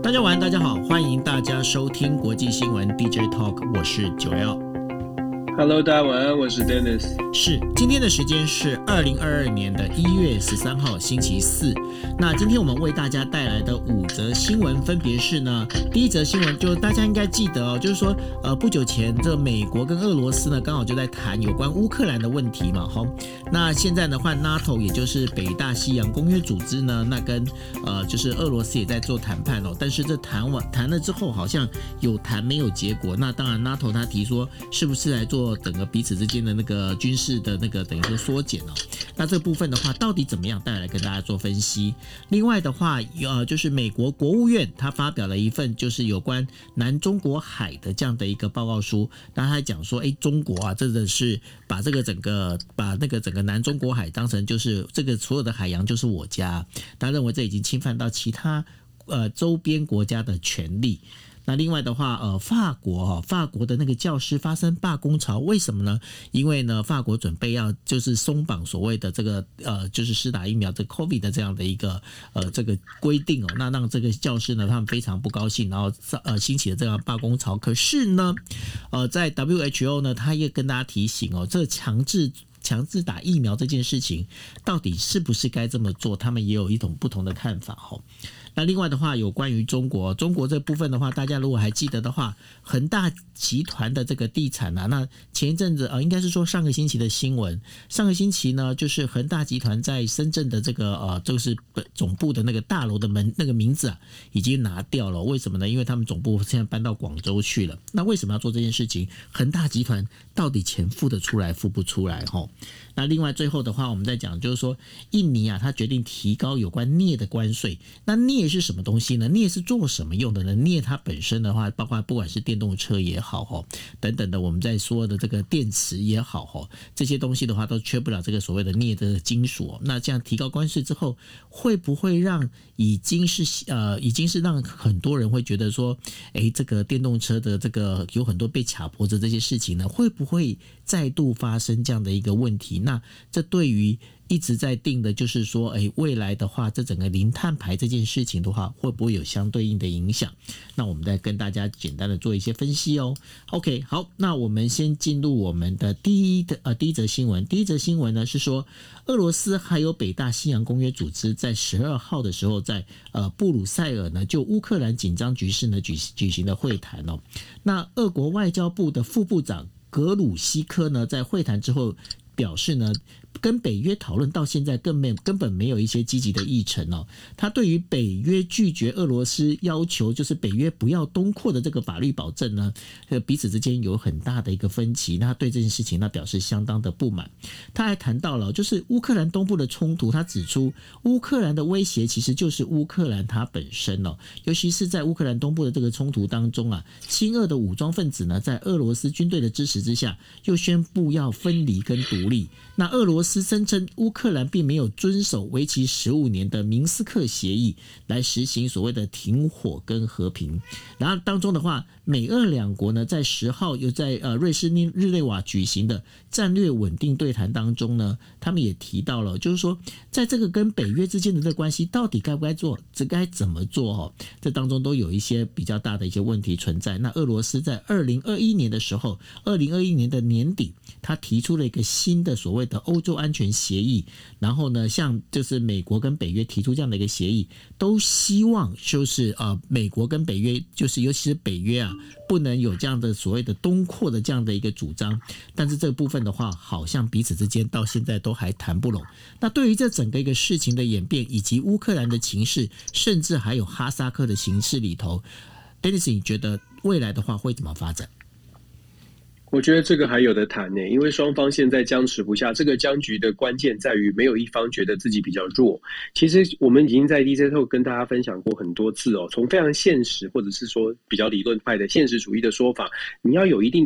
大家晚安，大家好，欢迎大家收听国际新闻 DJ Talk， 我是9L。Hello， 大家晚安，我是 Dennis。 是，今天的时间是2022年的1月13号，星期四。那今天我们为大家带来的5则新闻，分别是呢，第一则新闻就大家应该记得哦，就是说，不久前这美国跟俄罗斯呢，刚好就在谈有关乌克兰的问题嘛，齁。那现在呢，换 NATO， 也就是北大西洋公约组织呢，那跟就是俄罗斯也在做谈判哦，但是这谈了之后，好像有谈没有结果。那当然 NATO 他提说，是不是来做整个彼此之间的那个军事的那个等于说缩减哦？那这部分的话，到底怎么样？带来跟大家做分析。另外的话，就是美国国务院他发表了一份就是有关南中国海的这样的一个报告书，那他讲说，中国啊，真的是把那个整个南中国海当成就是这个所有的海洋就是我家，他认为这已经侵犯到其他周边国家的权利。那另外的话，法国的那个教师发生罢工潮，为什么呢？因为呢，法国准备要就是松绑所谓的这个就是施打疫苗这 COVID 的这样的一个这个规定哦，那让这个教师呢他们非常不高兴，然后兴起了这样罢工潮。可是呢，在 WHO 呢，他也跟大家提醒哦，这强制打疫苗这件事情，到底是不是该这么做？他们也有一种不同的看法哦。那另外的话，有关于中国这部分的话，大家如果还记得的话，恒大集团的这个地产啊，那前一阵子应该是说上个星期的新闻，上个星期呢，就是恒大集团在深圳的这个就是总部的那个大楼的那个名字啊，已经拿掉了。为什么呢？因为他们总部现在搬到广州去了。那为什么要做这件事情？恒大集团到底钱付得出来付不出来齁？那另外最后的话，我们在讲就是说，印尼啊，他决定提高有关镍的关税。那镍是什么东西呢？镍是做什么用的呢？镍它本身的话，包括不管是电动车也好等等的，我们在说的这个电池也好这些东西的话，都缺不了这个所谓的镍的金属那这样提高关税之后，会不会让已经是让很多人会觉得说，这个电动车的这个有很多被卡脖子这些事情呢，会不会再度发生这样的一个问题？那这对于一直在定的就是说，未来的话，这整个零碳排这件事情的话，会不会有相对应的影响？那我们再跟大家简单的做一些分析哦。OK， 好，那我们先进入我们的第一则新闻。第一则新闻呢是说，俄罗斯还有北大西洋公约组织在12号的时候，在布鲁塞尔呢，就乌克兰紧张局势呢举行了会谈哦。那俄国外交部的副部长格鲁希科呢，在会谈之后表示呢，跟北约讨论到现在根本没有一些积极的议程哦。他对于北约拒绝俄罗斯要求就是北约不要东扩的这个法律保证呢，彼此之间有很大的一个分歧。那他对这件事情他表示相当的不满。他还谈到了就是乌克兰东部的冲突，他指出乌克兰的威胁其实就是乌克兰它本身哦，尤其是在乌克兰东部的这个冲突当中啊，亲俄的武装分子呢，在俄罗斯军队的支持之下，又宣布要分离跟独立。那俄罗斯声称乌克兰并没有遵守为期15年的明斯克协议来实行所谓的停火跟和平。然后当中的话，美俄两国呢在10号又在瑞士日内瓦举行的战略稳定对谈当中呢，他们也提到了，就是说在这个跟北约之间的这个关系到底该不该做，这该怎么做这当中都有一些比较大的一些问题存在。那俄罗斯在2021年的时候，2021年的年底，他提出了一个新的所谓的欧洲安全协议，然后呢，像就是美国跟北约提出这样的一个协议，都希望就是美国跟北约，就是尤其是北约啊，不能有这样的所谓的东扩的这样的一个主张。但是这个部分的话，好像彼此之间到现在都还谈不拢。那对于这整个一个事情的演变，以及乌克兰的情势，甚至还有哈萨克的形势里头 ，Dennis， 你觉得未来的话会怎么发展？ 我觉得这个还有得谈呢，因为双方现在僵持不下，这个僵局的关键在于没有一方觉得自己比较弱。其实我们已经在 DJ Talk 跟大家分享过很多次从非常现实或者是说比较理论派的现实主义的说法，你要有一定的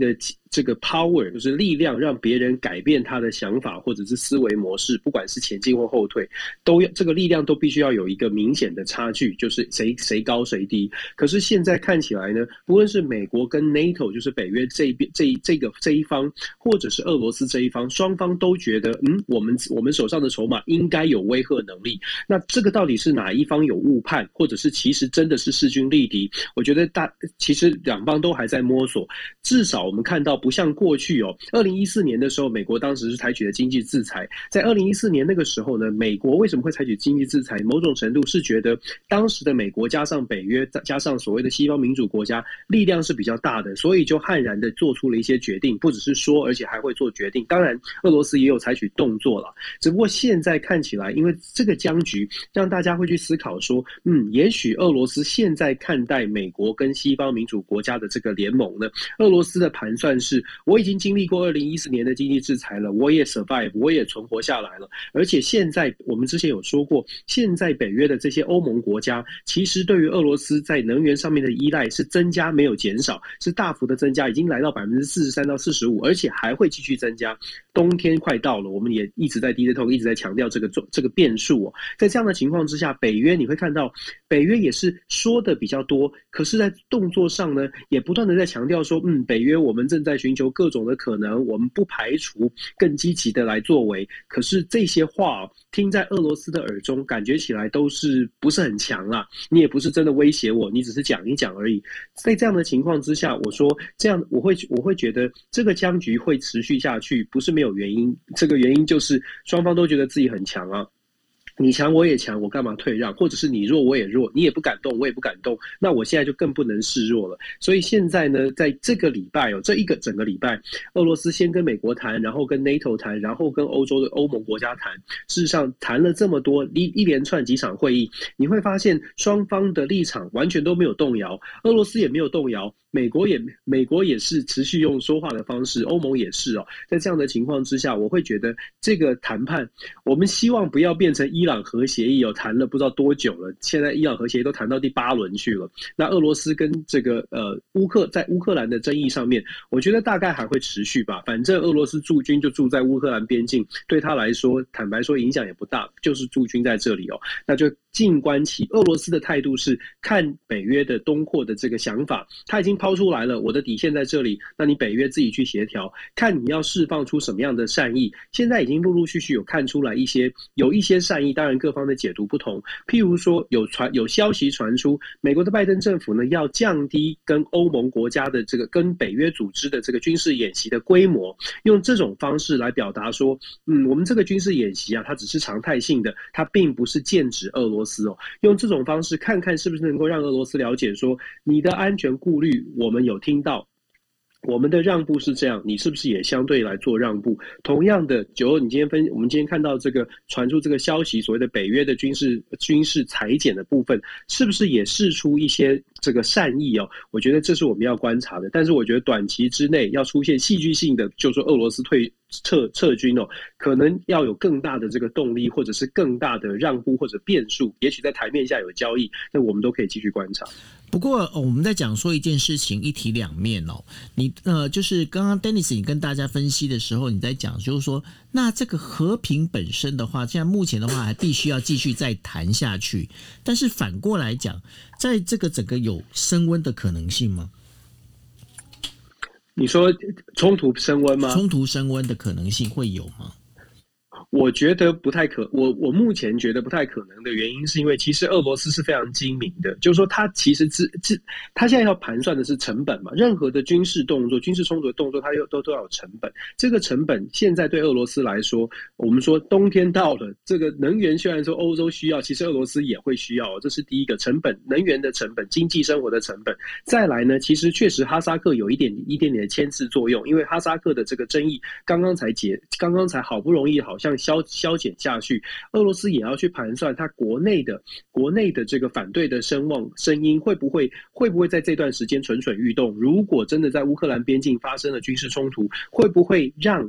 这个 power， 就是力量，让别人改变他的想法或者是思维模式，不管是前进或后退，这个力量都必须要有一个明显的差距，就是谁高谁低。可是现在看起来呢，不论是美国跟 NATO， 就是北约这一方，或者是俄罗斯这一方，双方都觉得，我们手上的筹码应该有威慑能力。那这个到底是哪一方有误判，或者是其实真的是势均力敌？我觉得其实两方都还在摸索。至少我们看到，不像过去2014年的时候，美国当时是采取了经济制裁。在2014年那个时候呢，美国为什么会采取经济制裁？某种程度是觉得当时的美国加上北约加上所谓的西方民主国家力量是比较大的，所以就悍然的做出了一些决定，不只是说，而且还会做决定。当然，俄罗斯也有采取动作了，只不过现在看起来，因为这个僵局，让大家会去思考说，也许俄罗斯现在看待美国跟西方民主国家的这个联盟呢，俄罗斯的盘算是，我已经经历过2014年的经济制裁了，我也 survive， 我也存活下来了，而且现在我们之前有说过，现在北约的这些欧盟国家，其实对于俄罗斯在能源上面的依赖是增加没有减少，是大幅的增加，已经来到43%到45%，而且还会继续增加。冬天快到了，我们也一直在 DJ Talk 一直在强调这个变数在这样的情况之下，北约你会看到，北约也是说的比较多，可是在动作上呢，也不断的在强调说，北约我们正在寻求各种的可能，我们不排除更积极的来作为。可是这些话听在俄罗斯的耳中，感觉起来都是不是很强啦。你也不是真的威胁我，你只是讲一讲而已。在这样的情况之下，我说这样，我会觉得这个僵局会持续下去，不是没有原因。这个原因就是双方都觉得自己很强啊。你强我也强，我干嘛退让？或者是你弱我也弱，你也不敢动，我也不敢动，那我现在就更不能示弱了。所以现在呢，在这个礼拜这一个整个礼拜，俄罗斯先跟美国谈，然后跟 NATO 谈，然后跟欧洲的欧盟国家谈。事实上谈了这么多一连串几场会议，你会发现双方的立场完全都没有动摇，俄罗斯也没有动摇。美国也是持续用说话的方式，欧盟也是在这样的情况之下，我会觉得这个谈判，我们希望不要变成伊朗核协议谈了不知道多久了，现在伊朗核协议都谈到第8轮去了。那俄罗斯跟这个在乌克兰的争议上面，我觉得大概还会持续吧。反正俄罗斯驻军就住在乌克兰边境，对他来说，坦白说影响也不大，就是驻军在这里那就静观其。俄罗斯的态度是看北约的东扩的这个想法，他已经抛出来了，我的底线在这里，那你北约自己去协调，看你要释放出什么样的善意。现在已经陆陆续续有看出来有一些善意，当然各方的解读不同。譬如说有消息传出，美国的拜登政府呢要降低跟欧盟国家的这个跟北约组织的这个军事演习的规模，用这种方式来表达说，我们这个军事演习它只是常态性的，它并不是剑指俄罗斯用这种方式看看是不是能够让俄罗斯了解说，你的安全顾虑我们有听到，我们的让步是这样，你是不是也相对来做让步？同样的，我们今天看到这个传出这个消息，所谓的北约的军事裁减的部分，是不是也释出一些这个善意我觉得这是我们要观察的。但是我觉得短期之内要出现戏剧性的，就是说俄罗斯撤军可能要有更大的这个动力，或者是更大的让步或者变数，也许在台面下有交易，那我们都可以继续观察。 不过我们在讲说一件事情一体两面你就是刚刚 Dennis 你跟大家分析的时候，你在讲就是说，那这个和平本身的话，现在目前的话还必须要继续再谈下去，但是反过来讲，在这个整个有升温的可能性吗？ 你说冲突升温吗？ 冲突升温的可能性会有吗？ 我觉得不太可，我目前觉得不太可能的原因，是因为其实俄罗斯是非常精明的，就是说他其实他现在要盘算的是成本嘛，任何的军事动作、军事冲突的动作，它都要有成本。这个成本现在对俄罗斯来说，我们说冬天到了，这个能源虽然说欧洲需要，其实俄罗斯也会需要，这是第一个成本，能源的成本、经济生活的成本。再来呢，其实确实哈萨克有一点点的牵制作用，因为哈萨克的这个争议刚刚才好不容易好像消减下去，俄罗斯也要去盘算它国内的这个反对的声音会不会在这段时间蠢蠢欲动？如果真的在乌克兰边境发生了军事冲突，会不会让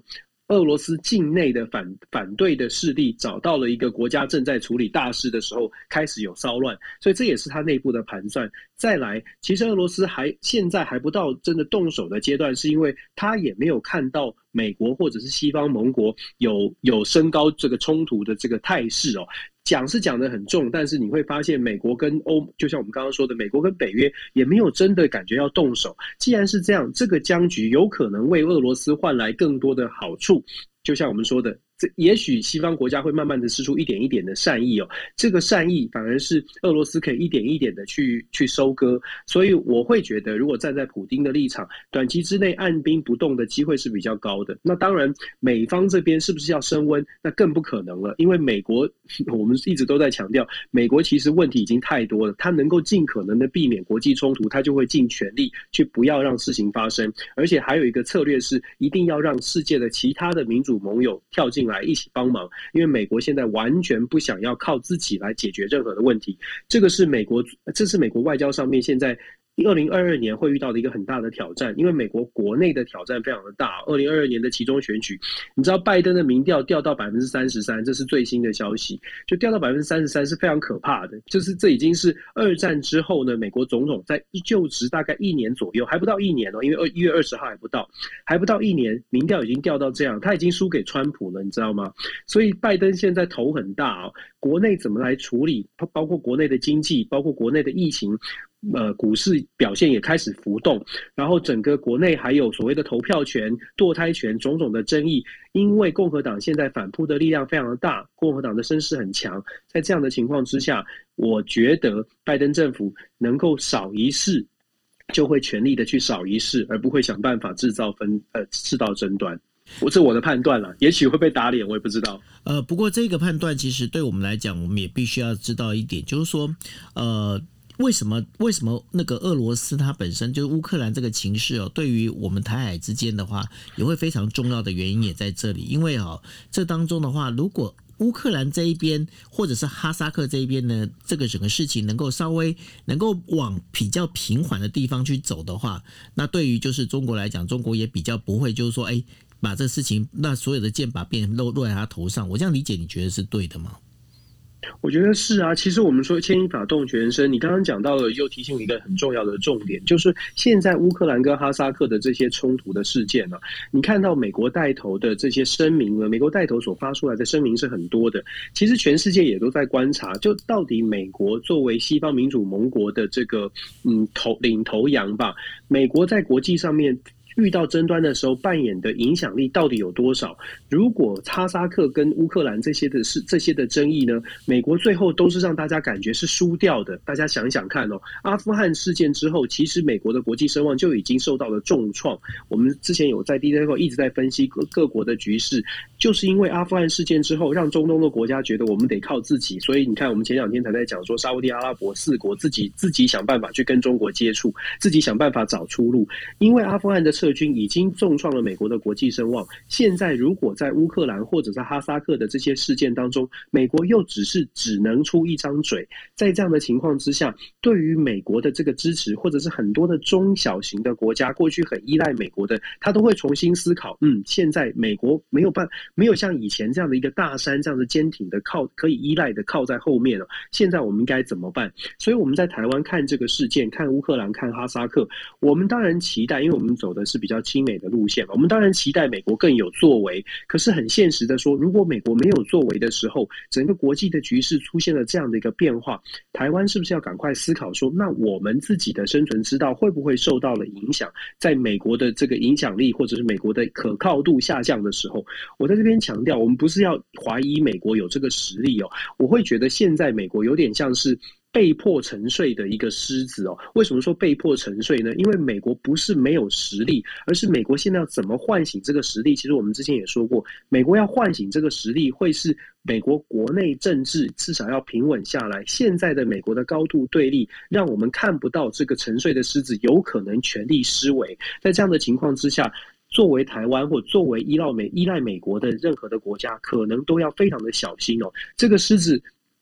俄罗斯境内的反对的势力找到了一个国家正在处理大事的时候，开始有骚乱，所以这也是他内部的盘算。再来，其实俄罗斯现在还不到真的动手的阶段，是因为他也没有看到美国或者是西方盟国有升高这个冲突的这个态势哦。讲是讲得很重，但是你会发现美国跟就像我们刚刚说的，美国跟北约也没有真的感觉要动手。既然是这样，这个僵局有可能为俄罗斯换来更多的好处。就像我们说的，也许西方国家会慢慢的释出一点一点的善意哦，这个善意反而是俄罗斯可以一点一点的去收割。所以我会觉得，如果站在普丁的立场，短期之内按兵不动的机会是比较高的。那当然，美方这边是不是要升温，那更不可能了，因为美国我们一直都在强调，美国其实问题已经太多了，它能够尽可能的避免国际冲突，它就会尽全力去不要让事情发生。而且还有一个策略是，一定要让世界的其他的民主盟友跳进来一起帮忙，因为美国现在完全不想要靠自己来解决任何的问题。这是美国外交上面现在2022年会遇到的一个很大的挑战，因为美国国内的挑战非常的大。2022年的期中选举，你知道拜登的民调掉到 33%， 这是最新的消息，就掉到 33% 是非常可怕的。就是这已经是二战之后呢，美国总统在就职大概1年左右，还不到1年哦，因为1月20号还不到1年，民调已经掉到这样，他已经输给川普了，你知道吗？所以拜登现在头很大哦，国内怎么来处理，包括国内的经济，包括国内的疫情。股市表现也开始浮动，然后整个国内还有所谓的投票权、堕胎权种种的争议，因为共和党现在反扑的力量非常的大，共和党的声势很强，在这样的情况之下，我觉得拜登政府能够少一事，就会全力的去少一事，而不会想办法制造争端。这我的判断了，也许会被打脸，我也不知道。 不过这个判断其实对我们来讲，我们也必须要知道一点，就是说，为什么那个俄罗斯它本身就是乌克兰这个情势哦，对于我们台海之间的话，也会非常重要的原因也在这里。因为这当中的话，如果乌克兰这一边或者是哈萨克这一边呢，这个整个事情能够往比较平缓的地方去走的话，那对于就是中国来讲，中国也比较不会就是说，把这事情那所有的箭把变落在他头上。我这样理解，你觉得是对的吗？ 我觉得是啊，其实我们说牵一发动全身，你刚刚讲到了，又提醒一个很重要的重点，就是现在乌克兰跟哈萨克的这些冲突的事件呢，你看到美国带头的这些声明呢，美国带头所发出来的声明是很多的，其实全世界也都在观察，就到底美国作为西方民主盟国的这个领头羊吧，美国在国际上面遇到争端的时候扮演的影响力到底有多少？如果哈萨克跟乌克兰这些的争议呢，美国最后都是让大家感觉是输掉的。大家想一想看哦，阿富汗事件之后，其实美国的国际声望就已经受到了重创。我们之前有在 DJ 一直在分析各国的局势，就是因为阿富汗事件之后，让中东的国家觉得我们得靠自己。所以你看，我们前2天才在讲说，沙烏地阿拉伯4国自己想办法去跟中国接触，自己想办法找出路。因为阿富汗的撤军已经重创了美国的国际声望。现在如果在乌克兰或者在哈萨克的这些事件当中，美国又只能出一张嘴，在这样的情况之下，对于美国的这个支持，或者是很多的中小型的国家过去很依赖美国的，他都会重新思考，现在美国没有像以前这样的一个大山这样的坚挺的可以依赖的靠在后面了，现在我们应该怎么办？所以我们在台湾看这个事件，看乌克兰，看哈萨克，我们当然期待，因为我们走的是比较亲美的路线嘛，我们当然期待美国更有作为。可是很现实的说，如果美国没有作为的时候，整个国际的局势出现了这样的一个变化，台湾是不是要赶快思考说，那我们自己的生存之道会不会受到了影响？在美国的这个影响力或者是美国的可靠度下降的时候，我在这边强调，我们不是要怀疑美国有这个实力哦，我会觉得现在美国有点像是被迫沉睡的一个狮子哦。为什么说被迫沉睡呢？因为美国不是没有实力，而是美国现在要怎么唤醒这个实力。其实我们之前也说过，美国要唤醒这个实力，会是美国国内政治至少要平稳下来。现在的美国的高度对立，让我们看不到这个沉睡的狮子有可能全力施为。在这样的情况之下，作为台湾或作为依赖美国的任何的国家，可能都要非常的小心哦。这个狮子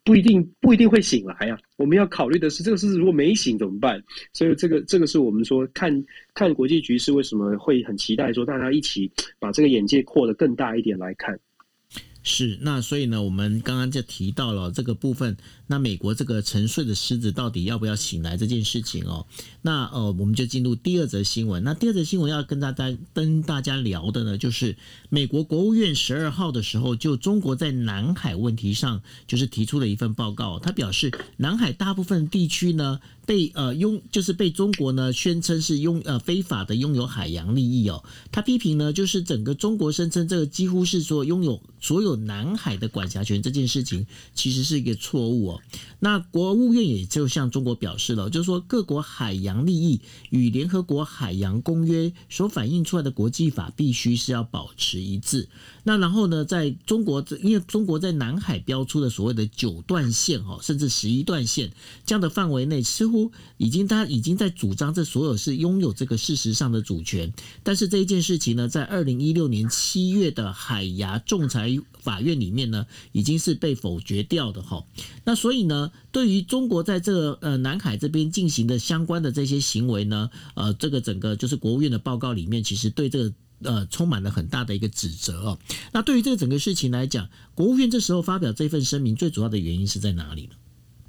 不一定会醒来啊。我们要考虑的是，这个事如果没醒怎么办？所以这个是我们说看国际局势为什么会很期待说大家一起把这个眼界扩得更大一点来看。 是，那所以呢，我们刚刚就提到了这个部分，那美国这个沉睡的狮子到底要不要醒来这件事情哦。那我们就进入第二则新闻。那第二则新闻要跟大家聊的呢，就是美国国务院12号的时候，就中国在南海问题上，就是提出了一份报告。他表示，南海大部分地区呢，就是被中国呢宣称是非法的拥有海洋利益哦。他批评呢，就是整个中国声称这个几乎是说拥有所有南海的管辖权这件事情，其实是一个错误哦。那国务院也就向中国表示了，就是说各国海洋利益与联合国海洋公约所反映出来的国际法必须是要保持一致。那然后呢，在中国，因为中国在南海标出的所谓的9段线甚至11段线这样的范围内，似乎他已经在主张这所有是拥有这个事实上的主权。但是这一件事情呢，在2016年7月的海牙仲裁法院里面呢，已经是被否决掉的哈。那所以呢，对于中国在这个南海这边进行的相关的这些行为呢，这个整个就是国务院的报告里面，其实对这个充满了很大的一个指责哦。那对于这个整个事情来讲，国务院这时候发表这份声明，最主要的原因是在哪里呢？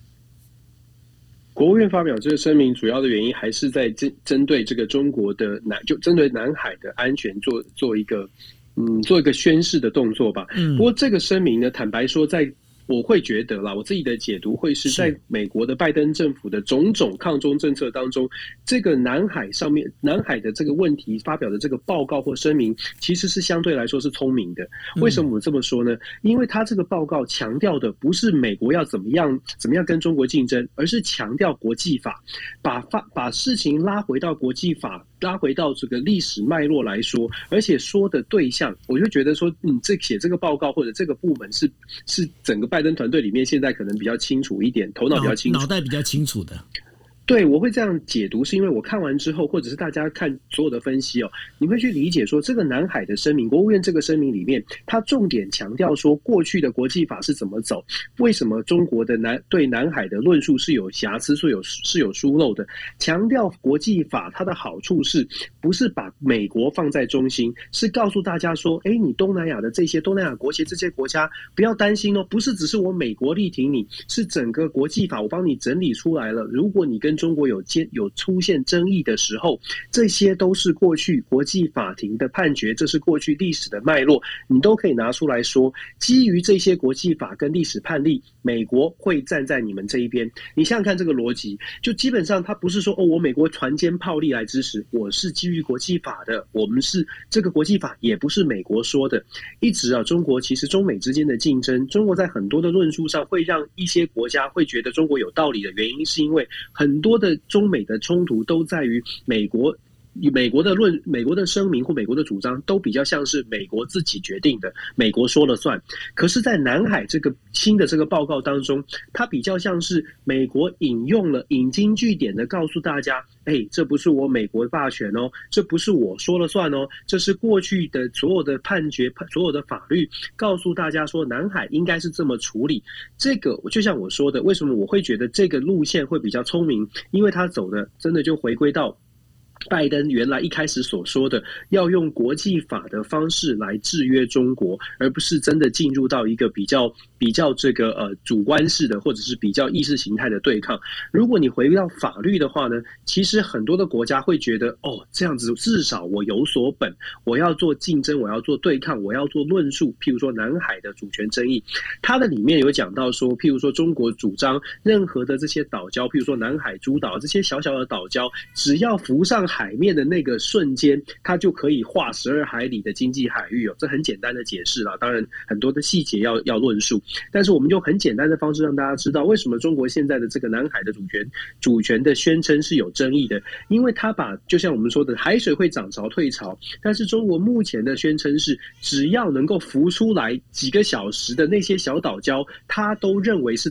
国务院发表这个声明，主要的原因还是在针对这个中国的针对南海的安全做一个宣示的动作吧。不过这个声明呢，坦白说，我会觉得啦，我自己的解读会是在美国的拜登政府的种种抗中政策当中，这个南海的这个问题发表的这个报告或声明，其实是相对来说是聪明的。为什么我这么说呢？因为他这个报告强调的不是美国要怎么样跟中国竞争，而是强调国际法，把事情拉回到国际法，拉回到这个历史脉络来说，而且说的对象，我就觉得说，写这个报告或者这个部门是整个拜登团队里面现在可能比较清楚一点，头脑比较清楚， 脑袋比较清楚的。 对，我会这样解读，是因为我看完之后，或者是大家看所有的分析你会去理解说，这个南海的声明，国务院这个声明里面，它重点强调说，过去的国际法是怎么走，为什么中国的对南海的论述是有瑕疵，是有疏漏的，强调国际法它的好处是不是把美国放在中心，是告诉大家说，你东南亚的这些东南亚国协这些国家不要担心不是只是我美国力挺你，是整个国际法我帮你整理出来了，如果你跟中国有出现争议的时候，这些都是过去国际法庭的判决，这是过去历史的脉络，你都可以拿出来说，基于这些国际法跟历史判例，美国会站在你们这一边。你想想看这个逻辑，就基本上它不是说我美国船坚炮利来支持，我是基于国际法的，我们是这个国际法也不是美国说的。一直中国其实中美之间的竞争，中国在很多的论述上会让一些国家会觉得中国有道理的原因，是因为很多的中美的冲突都在于美国的声明或美国的主张都比较像是美国自己决定的，美国说了算。可是在南海这个新的这个报告当中，它比较像是美国引经据典的告诉大家，这不是我美国的霸权这不是我说了算这是过去的所有的判决，所有的法律告诉大家说南海应该是这么处理。这个就像我说的，为什么我会觉得这个路线会比较聪明，因为他走的真的就回归到拜登原来一开始所说的，要用国际法的方式来制约中国，而不是真的进入到一个比较这个主观式的或者是比较意识形态的对抗。如果你回到法律的话呢，其实很多的国家会觉得这样子至少我有所本，我要做竞争，我要做对抗，我要做论述。譬如说南海的主权争议，它的里面有讲到说，譬如说中国主张任何的这些岛礁，譬如说南海诸岛这些小小的岛礁，只要浮上海面的那个瞬间，它就可以划12海里的经济海域这很简单的解释啦，当然很多的细节要论述，但是我们用很简单的方式让大家知道为什么中国现在的这个南海的主权的宣称是有争议的。因为它就像我们说的，海水会涨潮退潮，但是中国目前的宣称是，只要能够浮出来几个小时的那些小岛礁，它都认为是岛。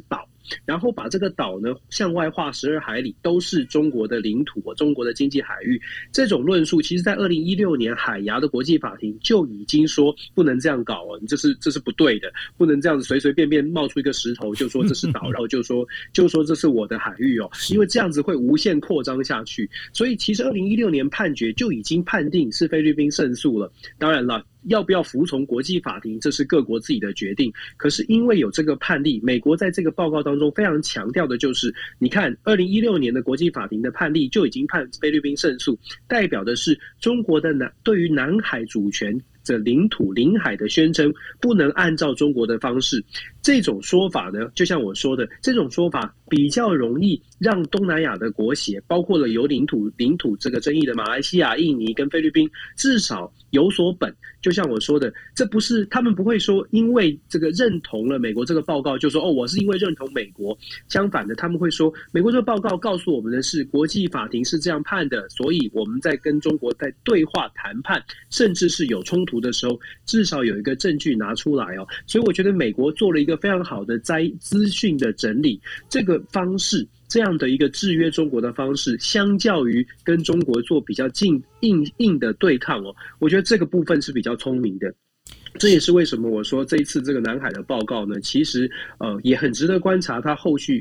然后把这个岛呢向外划12海里都是中国的领土，中国的经济海域。这种论述，其实在2016年海牙的国际法庭就已经说不能这样搞哦，这是不对的，不能这样子随随便便冒出一个石头就说这是岛，然后就说这是我的海域哦，因为这样子会无限扩张下去。所以其实2016年判决就已经判定是菲律宾胜诉了。当然了，要不要服从国际法庭，这是各国自己的决定。可是因为有这个判例，美国在这个报告当中非常强调的就是，你看2016年的国际法庭的判例就已经判菲律宾胜诉，代表的是中国的对于南海主权的领土领海的宣称不能按照中国的方式。这种说法呢，就像我说的，这种说法比较容易让东南亚的国协，包括了有领土这个争议的马来西亚、印尼跟菲律宾，至少有所本。就像我说的，这不是他们不会说因为这个认同了美国这个报告就说我是因为认同美国。相反的，他们会说美国这个报告告诉我们的是国际法庭是这样判的，所以我们在跟中国在对话谈判，甚至是有冲突的时候，至少有一个证据拿出来哦。所以我觉得美国做了一个非常好的资讯的整理，这个方式。这样的一个制约中国的方式，相较于跟中国做比较硬的对抗哦，我觉得这个部分是比较聪明的。这也是为什么我说这一次这个南海的报告呢，其实也很值得观察，它后续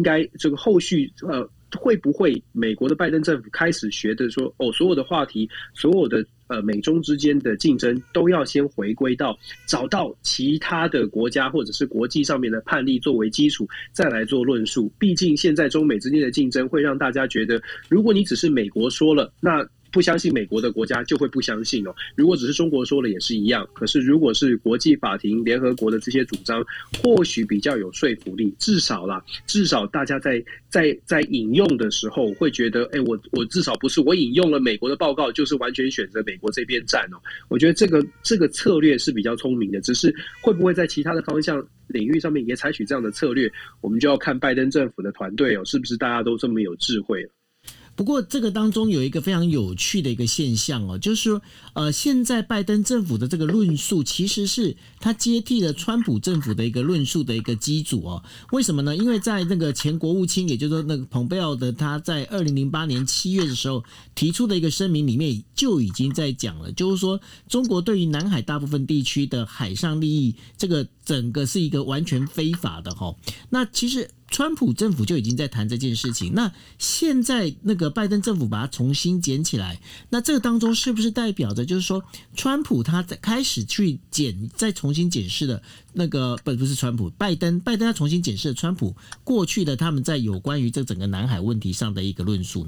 会不会美国的拜登政府开始学的说所有的话题，所有的美中之间的竞争都要先回归到找到其他的国家或者是国际上面的判例作为基础，再来做论述。毕竟现在中美之间的竞争会让大家觉得，如果你只是美国说了，那不相信美国的国家就会不相信哦。如果只是中国说了也是一样，可是如果是国际法庭、联合国的这些主张，或许比较有说服力。至少大家在引用的时候会觉得，我至少不是我引用了美国的报告，就是完全选择美国这边站哦。我觉得这个策略是比较聪明的，只是会不会在其他的方向领域上面也采取这样的策略，我们就要看拜登政府的团队是不是大家都这么有智慧了。 不过这个当中有一个非常有趣的一个现象哦，就是说现在拜登政府的这个论述其实是他接替了川普政府的一个论述的一个基础哦。为什么呢？因为在那个前国务卿，也就是说那个蓬佩奥的，他在2008年7月的时候提出的一个声明里面就已经在讲了，就是说中国对于南海大部分地区的海上利益，这个整个是一个完全非法的齁。那其实川普政府就已经在谈这件事情，那现在那个拜登政府把它重新捡起来，那这个当中是不是代表着就是说川普他开始去再重新检视的那个不是川普，拜登他重新检视了川普过去的他们在有关于这整个南海问题上的一个论述呢？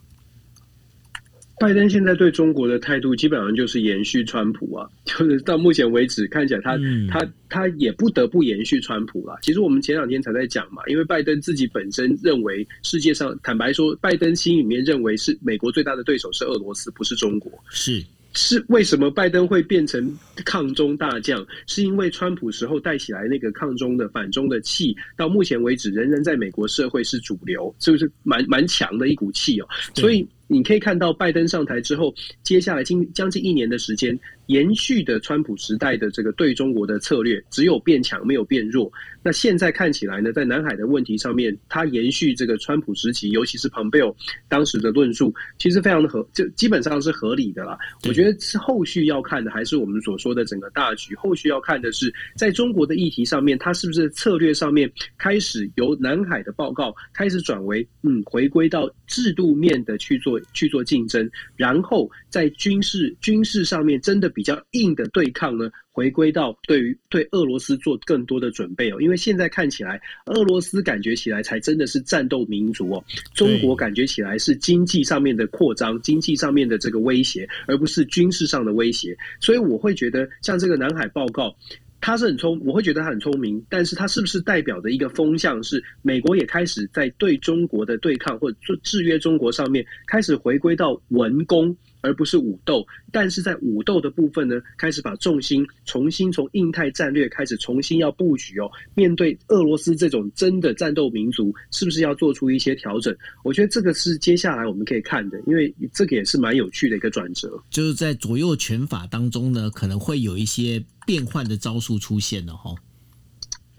拜登现在对中国的态度基本上就是延续川普啊，就是到目前为止看起来他也不得不延续川普啦。其实我们前2天才在讲嘛，因为拜登自己本身认为世界上，坦白说，拜登心里面认为是美国最大的对手是俄罗斯，不是中国。是为什么拜登会变成抗中大将？是因为川普时候带起来那个抗中的反中的气，到目前为止仍然在美国社会是主流，是不是蛮强的一股气哦？所以你可以看到拜登上台之后，接下来将近1年的时间，延续的川普时代的这个对中国的策略，只有变强没有变弱。那现在看起来呢，在南海的问题上面，他延续这个川普时期，尤其是蓬佩奥当时的论述，其实非常的就基本上是合理的啦。我觉得后续要看的还是我们所说的整个大局，后续要看的是在中国的议题上面，他是不是策略上面开始由南海的报告开始转为回归到制度面的去做竞争，然后在军事上面真的比较硬的对抗呢，回归到对俄罗斯做更多的准备哦。因为现在看起来俄罗斯感觉起来才真的是战斗民族哦，中国感觉起来是经济上面的扩张，经济上面的这个威胁，而不是军事上的威胁。所以我会觉得像这个南海报告，我会觉得他很聪明，但是他是不是代表的一个风向是美国也开始在对中国的对抗或者制约中国上面开始回归到文攻而不是武斗，但是在武斗的部分呢，开始把重心重新从印太战略开始重新要布局哦。面对俄罗斯这种真的战斗民族，是不是要做出一些调整？我觉得这个是接下来我们可以看的，因为这个也是蛮有趣的一个转折。 就是在左右拳法当中呢，可能会有一些变换的招数出现了哈。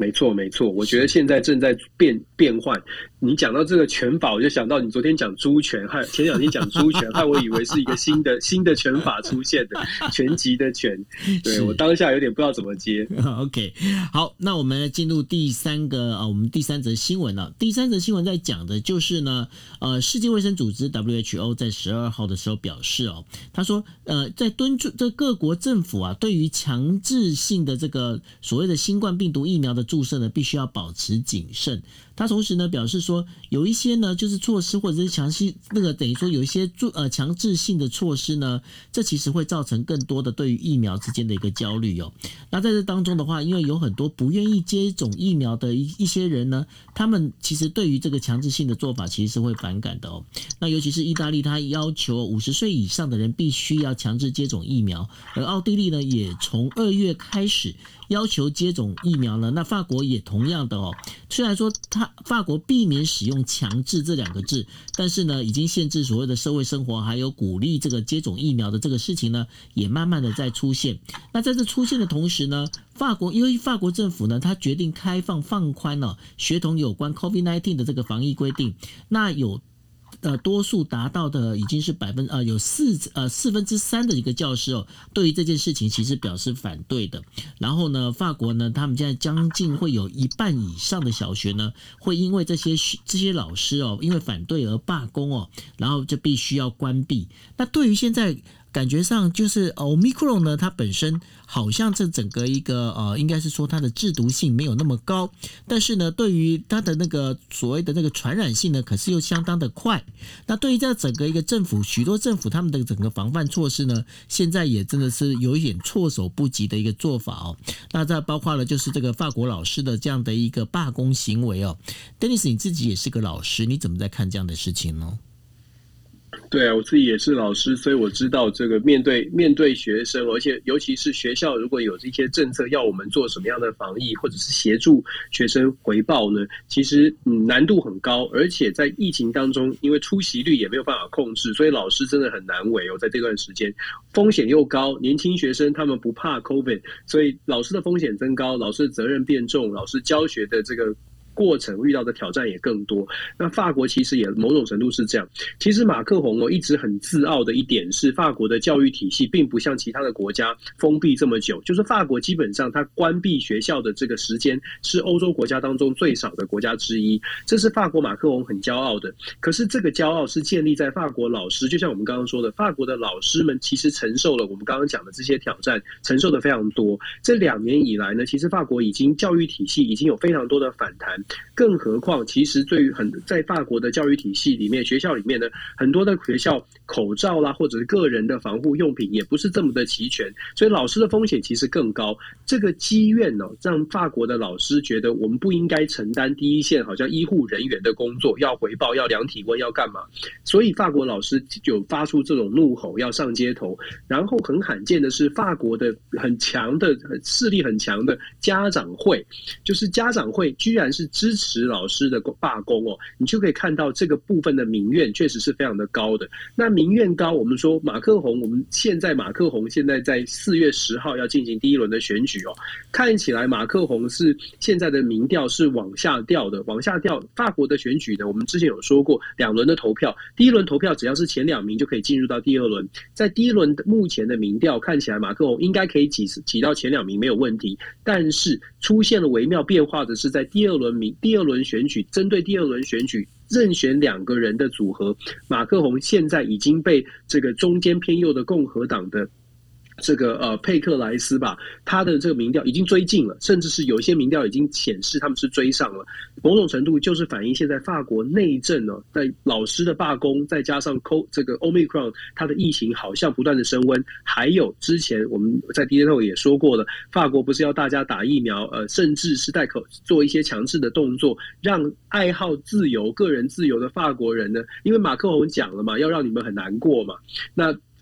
没错，没错，我觉得现在正在变换。你讲到这个拳法，我就想到你昨天讲猪拳，害前两天讲猪拳，害我以为是一个新的拳法出现的拳击的拳。对，我当下有点不知道怎么接。 OK， 好，那我们进入第三个我们第三则新闻了。第三则新闻在讲的就是呢，世界卫生组织 WHO 在12号的时候表示他说在敦促这各国政府对于强制性的这个所谓的新冠病毒疫苗的注射呢，必须要保持谨慎。他同时呢表示说，有一些呢就是措施或者是等于说有一些强制性的措施呢，这其实会造成更多的对于疫苗之间的一个焦虑那在这当中的话，因为有很多不愿意接种疫苗的一些人呢，他们其实对于这个强制性的做法其实是会反感的那尤其是意大利，他要求50岁以上的人必须要强制接种疫苗，而奥地利呢也从2月开始要求接种疫苗呢。那法国也同样的虽然说法国避免使用强制这2个字，但是呢已经限制所谓的社会生活还有鼓励这个接种疫苗的这个事情呢，也慢慢的在出现。那在这出现的同时呢，因为法国政府呢，他决定放宽学童有关 COVID-19 的这个防疫规定，那有多数达到的已经是有4分之3的一个教师对于这件事情其实表示反对的。然后呢，法国呢，他们现在将近会有1半以上的小学呢，会因为这些老师因为反对而罢工然后就必须要关闭。那对于现在感觉上就是 Omicron 呢，它本身好像这整个一个应该是说它的致毒性没有那么高，但是呢，对于它的那个所谓的那个传染性呢，可是又相当的快。那对于这整个一个许多政府他们的整个防范措施呢，现在也真的是有一点措手不及的一个做法那这包括了就是这个法国老师的这样的一个罢工行为Dennis， 你自己也是个老师，你怎么在看这样的事情呢？ 对啊，我自己也是老师，所以我知道这个面对学生，而且尤其是学校如果有一些政策要我们做什么样的防疫，或者是协助学生回报呢，其实难度很高，而且在疫情当中，因为出席率也没有办法控制，所以老师真的很难为在这段时间风险又高，年轻学生他们不怕 COVID， 所以老师的风险增高，老师的责任变重，老师教学的这个过程遇到的挑战也更多。那法国其实也某种程度是这样。其实马克宏一直很自傲的一点是，法国的教育体系并不像其他的国家封闭这么久，就是法国基本上它关闭学校的这个时间是欧洲国家当中最少的国家之一，这是法国马克宏很骄傲的。可是这个骄傲是建立在法国老师，就像我们刚刚说的，法国的老师们其实承受了我们刚刚讲的这些挑战，承受的非常多。这2年以来呢，其实法国教育体系已经有非常多的反弹，更何况其实对于在法国的教育体系里面，学校里面呢，很多的学校口罩啦或者是个人的防护用品也不是这么的齐全，所以老师的风险其实更高。这个积怨让法国的老师觉得我们不应该承担第一线好像医护人员的工作，要回报，要量体温，要干嘛，所以法国老师就发出这种怒吼，要上街头。然后很罕见的是，法国的很强的势力很强的家长会，就是家长会居然是支持老师的罢工你就可以看到这个部分的民怨确实是非常的高的。那民怨高，我们说马克宏现在在4月10号要进行第一轮的选举看起来马克宏是现在的民调是往下掉的，往下掉。法国的选举呢，我们之前有说过2轮的投票，第一轮投票只要是前2名就可以进入到第2轮，在第一轮目前的民调看起来马克宏应该可以挤到前2名没有问题，但是出现了微妙变化的是，在第二轮选举，针对第2轮选举任选2个人的组合，马克宏现在已经被这个中间偏右的共和党的这个佩克莱斯吧，他的这个民调已经追近了，甚至是有一些民调已经显示他们是追上了。某种程度就是反映现在法国内政在老师的罢工，再加上这个 Omicron 它的疫情好像不断的升温，还有之前我们在 DJ Talk 也说过了，法国不是要大家打疫苗，甚至是做一些强制的动作，让爱好自由、个人自由的法国人呢，因为马克宏讲了嘛，要让你们很难过嘛，那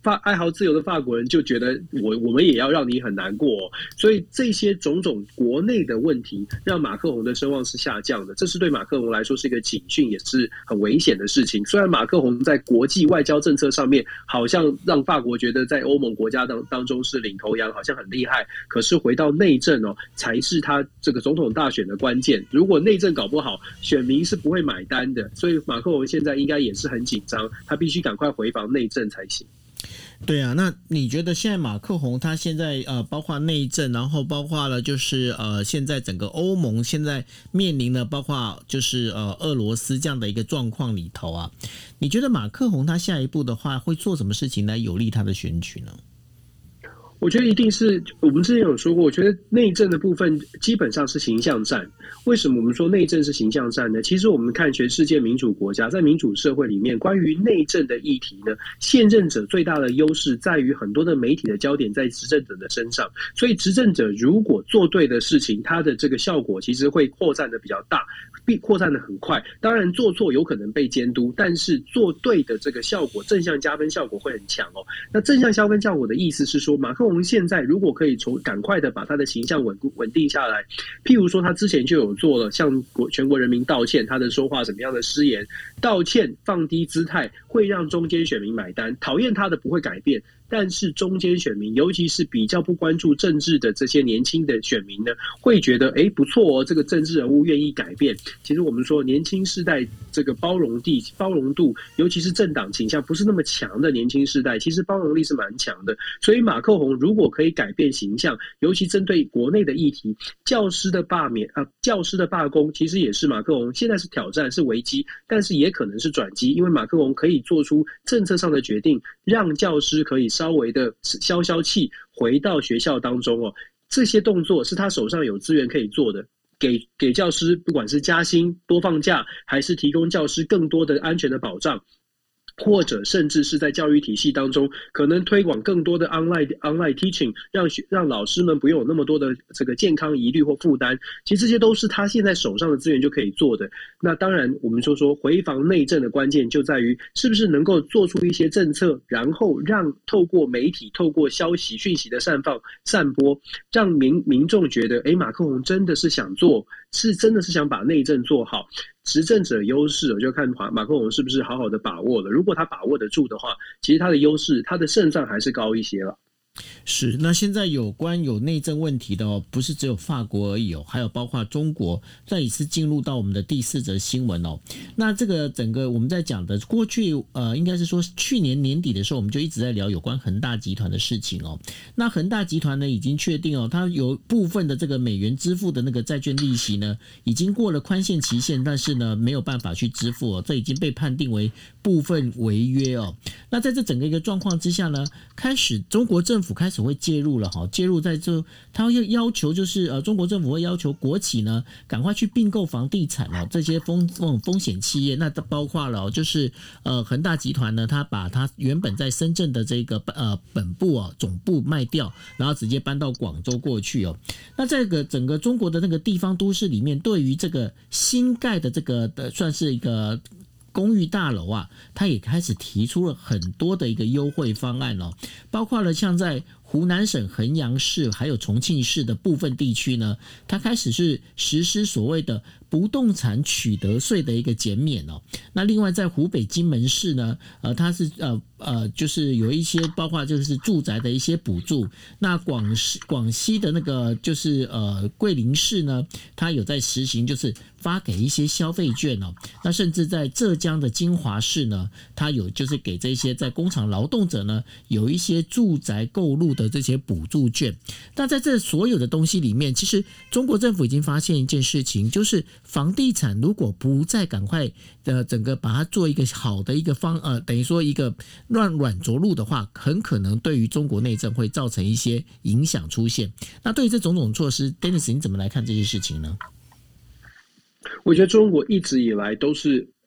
爱好自由的法国人就觉得我们也要让你很难过哦。所以这些种种国内的问题，让马克宏的声望是下降的，这是对马克宏来说是一个警讯，也是很危险的事情。虽然马克宏在国际外交政策上面好像让法国觉得在欧盟国家当中是领头羊，好像很厉害，可是回到内政哦，才是他这个总统大选的关键。如果内政搞不好，选民是不会买单的。所以马克宏现在应该也是很紧张，他必须赶快回防内政才行。 对啊，那你觉得现在马克宏他现在包括内政，然后包括了就是现在整个欧盟现在面临了包括就是俄罗斯这样的一个状况里头啊，你觉得马克宏他下一步的话会做什么事情来有利他的选举呢？ 我觉得一定是我们之前有说过，我觉得内政的部分基本上是形象战。为什么我们说内政是形象战呢？其实我们看全世界民主国家，在民主社会里面，关于内政的议题呢，现任者最大的优势在于很多的媒体的焦点在执政者的身上，所以执政者如果做对的事情，它的这个效果其实会扩散的比较大，扩散的很快。当然做错有可能被监督，但是做对的这个效果，正向加分效果会很强哦。那正向加分效果的意思是说，马克宏现在如果可以赶快的把他的形象稳定下来，譬如说他之前就有做了向全国人民道歉，他的说话什么样的失言，道歉放低姿态会让中间选民买单，讨厌他的不会改变，但是中间选民，尤其是比较不关注政治的这些年轻的选民呢，会觉得不错哦，这个政治人物愿意改变。其实我们说年轻世代这个包容度，尤其是政党倾向不是那么强的年轻世代，其实包容力是蛮强的。所以马克宏如果可以改变形象，尤其针对国内的议题，教师的罢工，其实也是马克宏现在是挑战是危机，但是也可能是转机，因为马克宏可以做出政策上的决定，让教师可以稍微的消气，回到学校当中哦。这些动作是他手上有资源可以做的。给教师不管是加薪、多放假，还是提供教师更多的安全的保障，或者甚至是在教育体系当中，可能推广更多的 online teaching， 让老师们不用有那么多的这个健康疑虑或负担。其实这些都是他现在手上的资源就可以做的。那当然，我们说回防内政的关键就在于是不是能够做出一些政策，然后让透过媒体、透过讯息的散播，让民众觉得，马克宏真的是想做，真的是想把内政做好。执政者优势，我就看马克宏是不是好好的把握了。如果他把握得住的话，其实他的优势，他的胜算还是高一些了。 是，那现在有内政问题的哦，不是只有法国而已哦，还有包括中国。这也是进入到我们的第4则新闻哦。那这个整个我们在讲的过去应该是说去年年底的时候，我们就一直在聊有关恒大集团的事情哦。那恒大集团呢已经确定哦，它有部分的这个美元支付的那个债券利息呢，已经过了宽限期限，但是呢没有办法去支付哦，这已经被判定为部分违约哦。那在这整个一个状况之下呢，中国政府开始会介入了哈，介入在这，他会要求就是中国政府会要求国企呢赶快去并购房地产哦，这些风险企业，那包括了就是恒大集团呢，他把他原本在深圳的这个本部总部卖掉，然后直接搬到广州过去哦。那这个整个中国的那个地方都市里面，对于这个新盖的这个算是一个公寓大楼啊，他也开始提出了很多的一个优惠方案哦，包括了像在湖南省衡阳市还有重庆市的部分地区呢，它开始是实施所谓的不动产取得税的一个减免哦。那另外在湖北荆门市呢，它是就是有一些包括就是住宅的一些补助。那广西的那个就是桂林市呢，它有在实行就是发给一些消费券哦。那甚至在浙江的金华市呢，它有就是给这些在工厂劳动者呢有一些住宅购入的这些补助券。那在这所有的东西里面，其实中国政府已经发现一件事情，就是房地产如果不再赶快整个把它做一个好的一个等于说一个软着陆的话，很可能对于中国内政会造成一些影响出现。那对于这种种措施 Dennis 你怎么来看这些事情呢？ 我觉得中国一直以来都是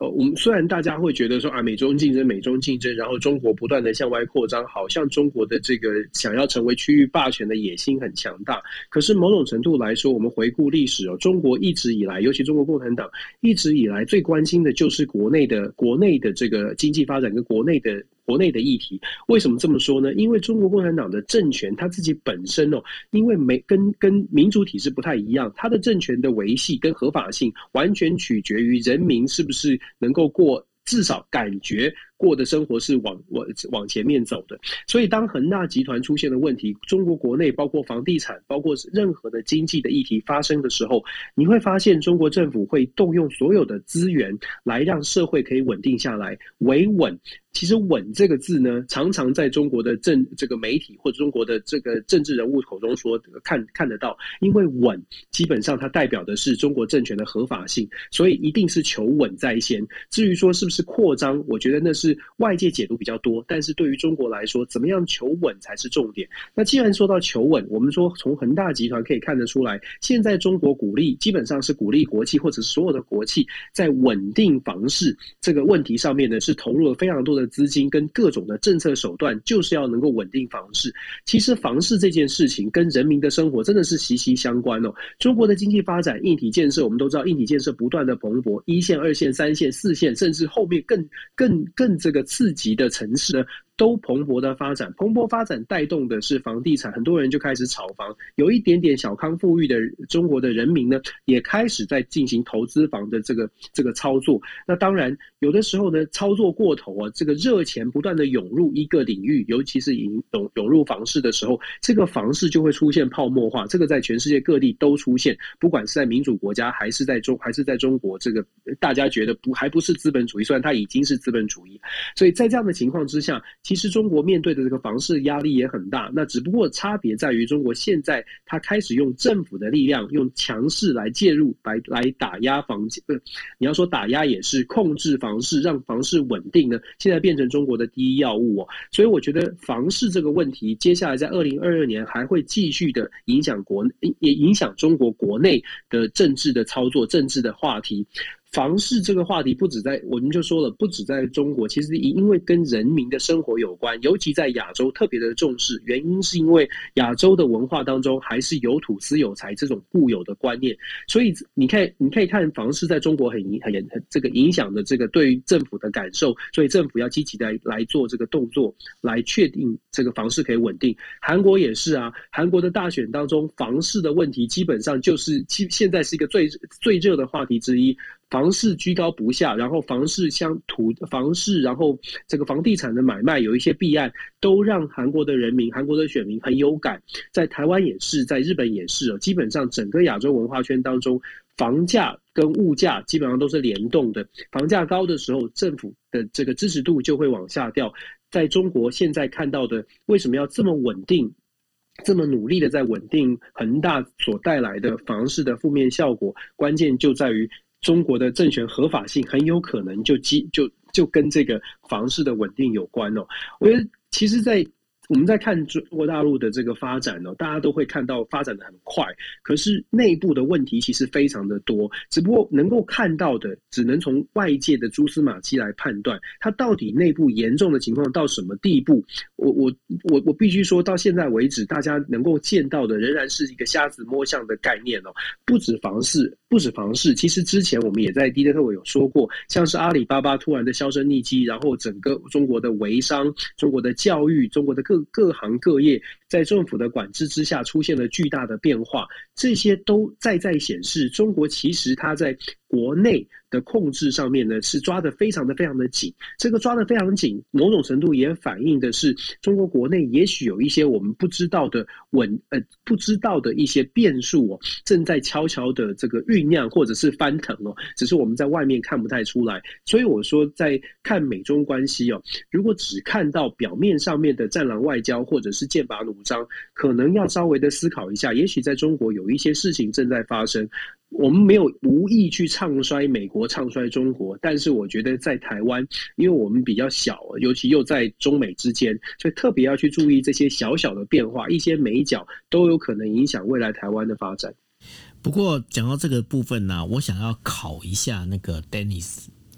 我们虽然大家会觉得说啊，美中竞争，美中竞争，然后中国不断的向外扩张，好像中国的这个想要成为区域霸权的野心很强大。可是某种程度来说，我们回顾历史中国一直以来，尤其中国共产党一直以来最关心的就是国内的这个经济发展跟国内的议题。为什么这么说呢？因为中国共产党的政权它自己本身因为跟民主体制不太一样，它的政权的维系跟合法性完全取决于人民是不是能够至少感觉过的生活是往前面走的。所以当恒大集团出现的问题，中国国内包括房地产，包括任何的经济的议题发生的时候，你会发现中国政府会动用所有的资源来让社会可以稳定下来，维稳。其实稳这个字呢，常常在中国的这个媒体或者中国的这个政治人物口中说看得到，因为稳基本上它代表的是中国政权的合法性，所以一定是求稳在先。至于说是不是扩张，我觉得那是外界解读比较多，但是对于中国来说，怎么样求稳才是重点。那既然说到求稳，我们说从恒大集团可以看得出来，现在中国基本上是鼓励国企或者所有的国企在稳定房市这个问题上面呢，是投入了非常多的资金跟各种的政策手段，就是要能够稳定房市。其实房市这件事情跟人民的生活真的是息息相关中国的经济发展，硬体建设，我们都知道硬体建设不断的蓬勃，1线、2线、3线、4线，甚至后面更这个刺激的城市呢，都蓬勃的发展。蓬勃发展带动的是房地产，很多人就开始炒房，有一点点小康富裕的中国的人民呢，也开始在进行投资房的这个操作。那当然有的时候呢，操作过头这个热钱不断的涌入一个领域，尤其是涌入房市的时候，这个房市就会出现泡沫化。这个在全世界各地都出现，不管是在民主国家还是在中国，这个大家觉得还不是资本主义，虽然它已经是资本主义。所以在这样的情况之下，其实中国面对的这个房市压力也很大。那只不过差别在于，中国现在它开始用政府的力量，用强势来介入，来打压你要说打压也是控制房市，让房市稳定呢，现在变成中国的第一要务所以我觉得房市这个问题，接下来在2022年还会继续的影响中国国内的政治的操作、政治的话题。房市这个话题我们就说了，不止在中国，其实因为跟人民的生活有关，尤其在亚洲特别的重视。原因是因为亚洲的文化当中还是有土斯有财这种固有的观念，所以你可以看房市在中国很这个影响的这个对于政府的感受，所以政府要积极的来做这个动作，来确定这个房市可以稳定。韩国也是啊，韩国的大选当中，房市的问题基本上就是现在是一个最热的话题之一。房市居高不下，然后房市，然后这个房地产的买卖有一些弊案，都让韩国的人民、韩国的选民很有感。在台湾也是，在日本也是基本上整个亚洲文化圈当中，房价跟物价基本上都是联动的。房价高的时候，政府的这个支持度就会往下掉。在中国现在看到的，为什么要这么稳定？这么努力的在稳定恒大所带来的房市的负面效果，关键就在于中国的政权合法性很有可能就跟这个房市的稳定有关我觉得其实我们在看中国大陆的这个发展大家都会看到发展的很快，可是内部的问题其实非常的多，只不过能够看到的只能从外界的蛛丝马迹来判断它到底内部严重的情况到什么地步。我必须说，到现在为止，大家能够见到的仍然是一个瞎子摸象的概念不止房市，其实之前我们也在 DJ Talk 有说过，像是阿里巴巴突然的销声匿迹，然后整个中国的微商、中国的教育、中国的各行各业，在政府的管制之下出现了巨大的变化，这些都在显示中国其实它在国内的控制上面呢是抓得非常的紧。这个抓得非常紧，某种程度也反映的是中国国内也许有一些我们不知道的一些变数正在悄悄的这个酝酿或者是翻腾只是我们在外面看不太出来。所以我说，在看美中关系如果只看到表面上面的战狼外交或者是剑拔弩张，可能要稍微的思考一下，也许在中国有一些事情正在发生。我们没有无意去唱衰美国、唱衰中国，但是我觉得在台湾，因为我们比较小，尤其又在中美之间，所以特别要去注意这些小小的变化，一些美角都有可能影响未来台湾的发展。 不过讲到这个部分呢，我想要考一下那个 Dennis，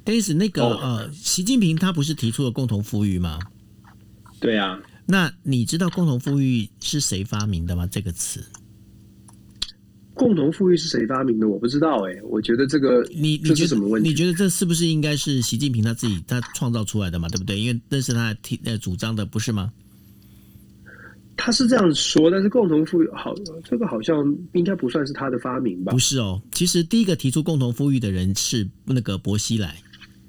Dennis 那个习近平他不是提出了共同富裕吗？ 对啊。 那你知道共同富裕是谁发明的吗？这个词？ 共同富裕是谁发明的？我不知道我觉得这这是什么问题？ 你觉得这是不是应该是习近平他自己他创造出来的嘛？对不对？因为那是他主张的，不是吗？ 他是这样说，但是共同富裕这个好像应该不算是他的发明吧？ 不是哦，其实第一个提出共同富裕的人是那个薄熙来。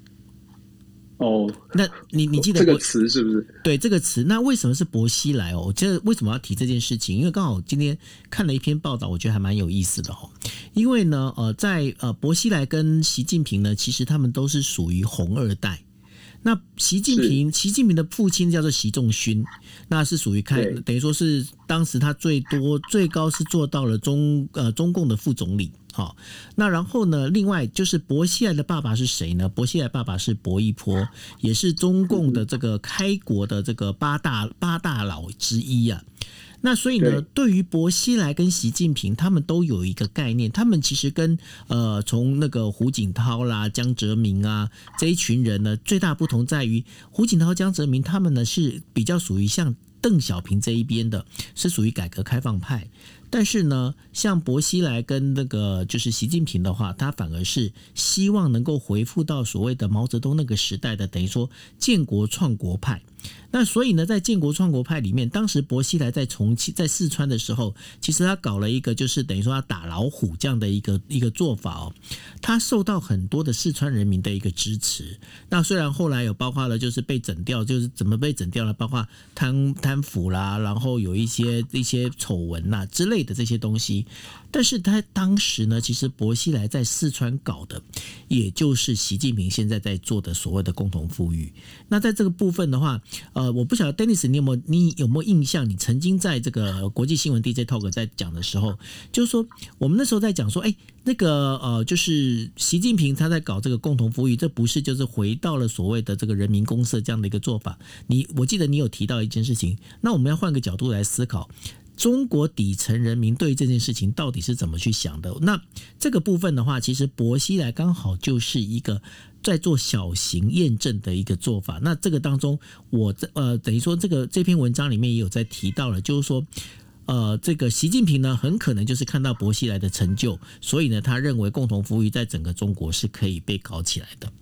那你记得这个词是不是？ 对，这个词，那为什么是薄熙来哦？我觉得为什么要提这件事情？因为刚好今天看了一篇报道，我觉得还蛮有意思的哦。因为呢，在薄熙来跟习近平呢，其实他们都是属于红二代。那习近平的父亲叫做习仲勋，那是属于等于说是当时他最高是做到了中共的副总理。好，那然后呢？另外就是薄熙来的爸爸是谁呢？薄熙来爸爸是薄一波，也是中共的这个开国的这个八大佬之一啊。那所以呢，对于薄熙来跟习近平，他们都有一个概念，他们其实跟从那个胡锦涛啦、江泽民啊这一群人呢，最大不同在于胡锦涛、江泽民他们呢是比较属于像邓小平这一边的，是属于改革开放派。但是呢，像薄熙来跟那个就是习近平的话，他反而是希望能够回复到所谓的毛泽东那个时代的，等于说建国创国派。那所以呢，在建国创国派里面，当时薄熙来在四川的时候，其实他搞了一个就是等于说他打老虎这样的一个做法哦，他受到很多的四川人民的一个支持。那虽然后来有包括了就是被整掉，就是怎么被整掉了，包括贪腐啦，然后有一些丑闻呐之类的这些东西。但是他当时呢，其实薄熙来在四川搞的，也就是习近平现在在做的所谓的共同富裕。那在这个部分的话，我不晓得 Dennis 你有没有印象？你曾经在这个国际新闻 DJ Talk 在讲的时候，就是说我们那时候在讲说，那个就是习近平他在搞这个共同富裕，这不是就是回到了所谓的这个人民公社这样的一个做法？我记得你有提到一件事情，那我们要换个角度来思考。中国底层人民对这件事情到底是怎么去想的？那这个部分的话，其实薄熙来刚好就是一个在做小型验证的一个做法。那这个当中，我等于说这篇文章里面也有在提到了，就是说，这个习近平呢，很可能就是看到薄熙来的成就，所以呢，他认为共同富裕在整个中国是可以被搞起来的。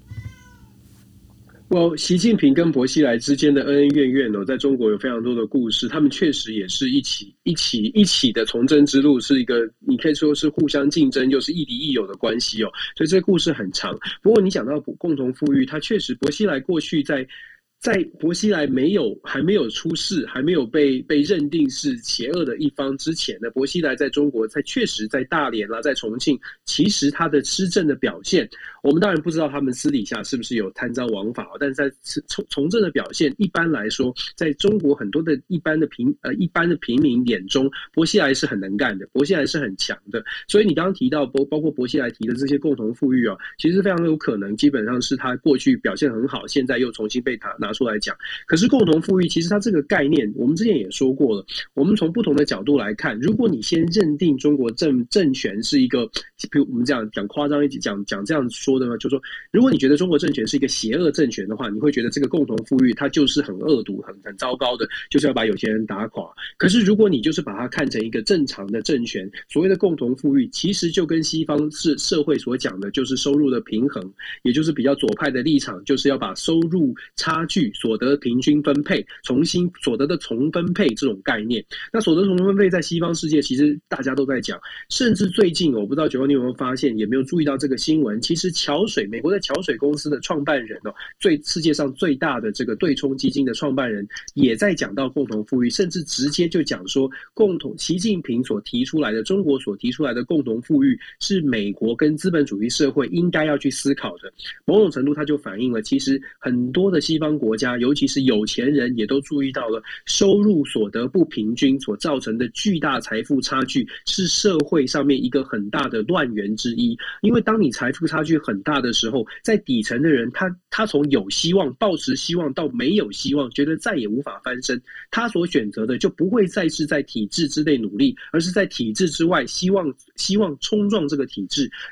习近平跟薄熙来之间的恩恩怨怨在中国有非常多的故事。他们确实也是一起的从政之路，是一个你可以说是互相竞争，又是亦敌亦友的关系哦。所以这个故事很长。不过你讲到共同富裕，他确实薄熙来过去在薄熙来还没有出事，还没有被认定是邪恶的一方之前呢，薄熙来在中国确实在大连啦，在重庆，其实他的施政的表现，我们当然不知道他们私底下是不是有贪赃枉法，但是在从政的表现，一般来说，在中国很多的一般的平民眼中，薄熙来是很能干的，薄熙来是很强的。所以你刚刚提到包括薄熙来提的这些共同富裕啊，其实非常有可能，基本上是他过去表现很好，现在又重新被拿出来讲。可是共同富裕其实它这个概念，我们之前也说过了，我们从不同的角度来看，如果你先认定中国政权是一个，比如我们讲夸张一点讲这样说的呢，就是说，如果你觉得中国政权是一个邪恶政权的话，你会觉得这个共同富裕它就是很恶毒、很糟糕的，就是要把有钱人打垮。可是如果你就是把它看成一个正常的政权，所谓的共同富裕，其实就跟西方社会所讲的，就是收入的平衡，也就是比较左派的立场，就是要把收入差距、所得平均分配、所得的重分配这种概念。那所得重分配在西方世界其实大家都在讲，甚至最近我不知道9号你有没有发现，也没有注意到这个新闻，其实美国的桥水公司的创办人世界上最大的这个对冲基金的创办人也在讲到共同富裕，甚至直接就讲说习近平所提出来的中国所提出来的共同富裕是美国跟资本主义社会应该要去思考的。某种程度它就反映了其实很多的西方国家，尤其是有钱人也都注意到了收入所得不平均所造成的巨大财富差距是社会上面一个很大的乱源之一。因为当你财富差距很大的时候，在底层的人他从有希望抱持希望到没有希望，觉得再也无法翻身，他所选择的就不会再是在体制之内努力，而是在体制之外希望冲撞这个体制。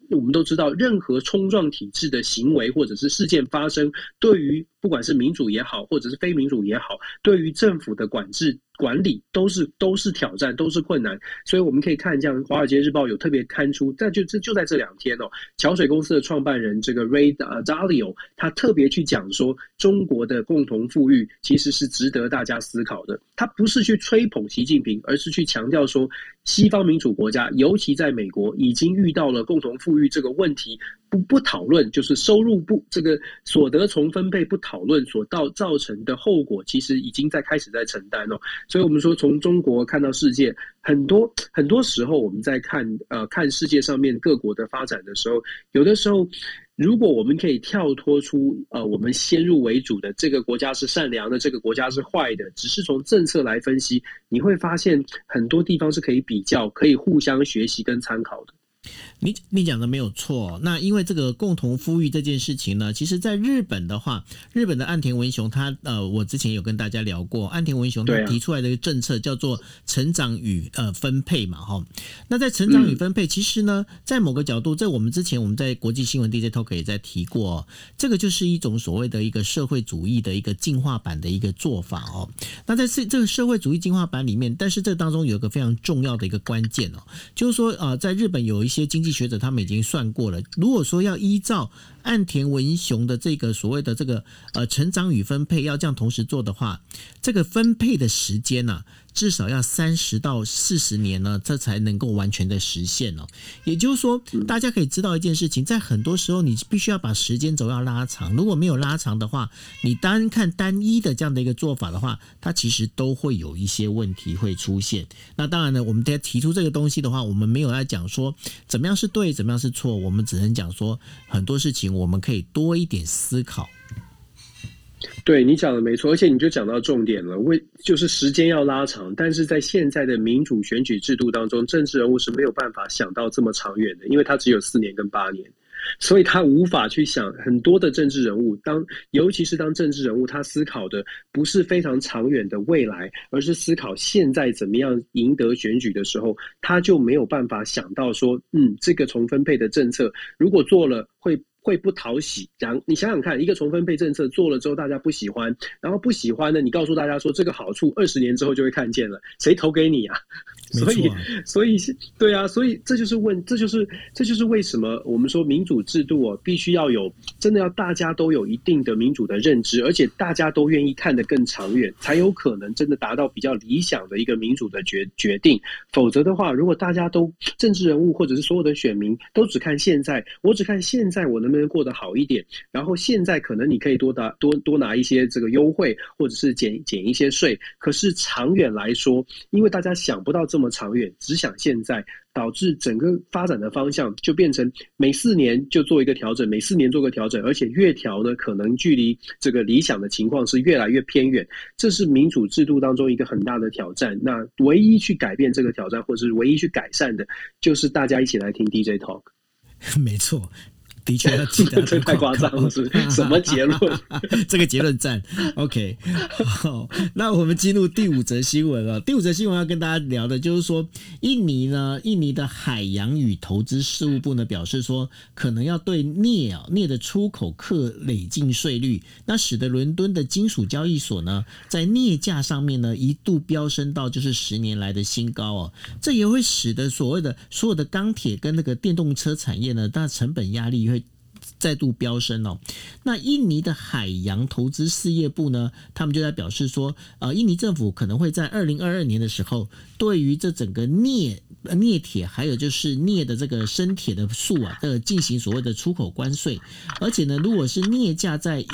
我们都知道，任何冲撞体制的行为或者是事件发生，对于不管是民主也好，或者是非民主也好，对于政府的管理都是挑战，都是困难。所以我们可以看，这样《华尔街日报》有特别刊出，但就在这2天哦，桥水公司的创办人这个 Ray Dalio 他特别去讲说，中国的共同富裕其实是值得大家思考的。他不是去吹捧习近平，而是去强调说，西方民主国家，尤其在美国，已经遇到了共同富裕这个问题，不讨论，就是收入这个所得重分配不讨论所造成的后果，其实已经开始在承担哦。所以我们说，从中国看到世界，很多时候我们在看世界上面各国的发展的时候，有的时候，如果我们可以跳脱出我们先入为主的这个国家是善良的，这个国家是坏的，只是从政策来分析，你会发现很多地方是可以比较、可以互相学习跟参考的。 你讲的没有错。那因为这个共同富裕这件事情呢，其实在日本的话，日本的岸田文雄他我之前有跟大家聊过，岸田文雄他提出来的一个政策叫做成长与分配嘛齁。那在成长与分配，其实呢，在某个角度，在我们之前我们在国际新闻 DJ Talk 也在提过，这个就是一种所谓的一个社会主义的一个进化版的一个做法哦。那在这个社会主义进化版里面，但是这当中有一个非常重要的一个关键哦，就是说在日本有一些经济学者他们已经算过了，如果说要依照岸田文雄的这个所谓的这个成长与分配要这样同时做的话，这个分配的时间啊，至少要30到40年呢，这才能够完全的实现哦。也就是说，大家可以知道一件事情，在很多时候你必须要把时间轴要拉长，如果没有拉长的话，你单看单一的这样的一个做法的话，它其实都会有一些问题会出现。那当然呢，我们在提出这个东西的话，我们没有在讲说怎么样是对，怎么样是错，我们只能讲说很多事情我们可以多一点思考。 对，你讲的没错，而且你就讲到重点了，就是时间要拉长，但是在现在的民主选举制度当中，政治人物是没有办法想到这么长远的，因为他只有4年跟8年。所以他无法去想很多的政治人物，尤其是当政治人物，他思考的不是非常长远的未来，而是思考现在怎么样赢得选举的时候，他就没有办法想到说，这个重分配的政策如果做了会不讨喜。你想想看，一个重分配政策做了之后，大家不喜欢，然后不喜欢呢，你告诉大家说这个好处20年之后就会看见了，谁投给你啊？所以对啊，所以这就是为什么我们说民主制度必须要有真的要大家都有一定的民主的认知，而且大家都愿意看得更长远，才有可能真的达到比较理想的一个民主的决定。否则的话，如果大家都政治人物或者是所有的选民都只看现在，我只看现在我能不能过得好一点，然后现在可能你可以多拿一些这个优惠，或者是减一些税，可是长远来说，因为大家想不到这么长远，只想现在，导致整个发展的方向就变成每4年就做一个调整，每4年做个调整，而且越调呢，可能距离这个理想的情况是越来越偏远。这是民主制度当中一个很大的挑战。那唯一去改变这个挑战，或者是唯一去改善的，就是大家一起来听 DJ Talk。 没错。的确要记得这太夸张了，是什么结论？ 这个结论赞 OK。 好，那我们进入第5则新闻了。第5则新闻要跟大家聊的就是说，印尼的海洋与投资事务部呢表示说，可能要对镍的出口课累进税率，那使得伦敦的金属交易所呢在镍价上面呢一度飙升到就是10年来的新高哦。这也会使得所有的钢铁跟那个电动车产业呢，它成本压力会再度飙升哦。那印尼的海洋投资事业部呢，他们就在表示说，印尼政府可能会在2022年的时候，对于这整个镍铁还有就是镍的这个生铁的素进行所谓的出口关税，而且呢，如果是镍价在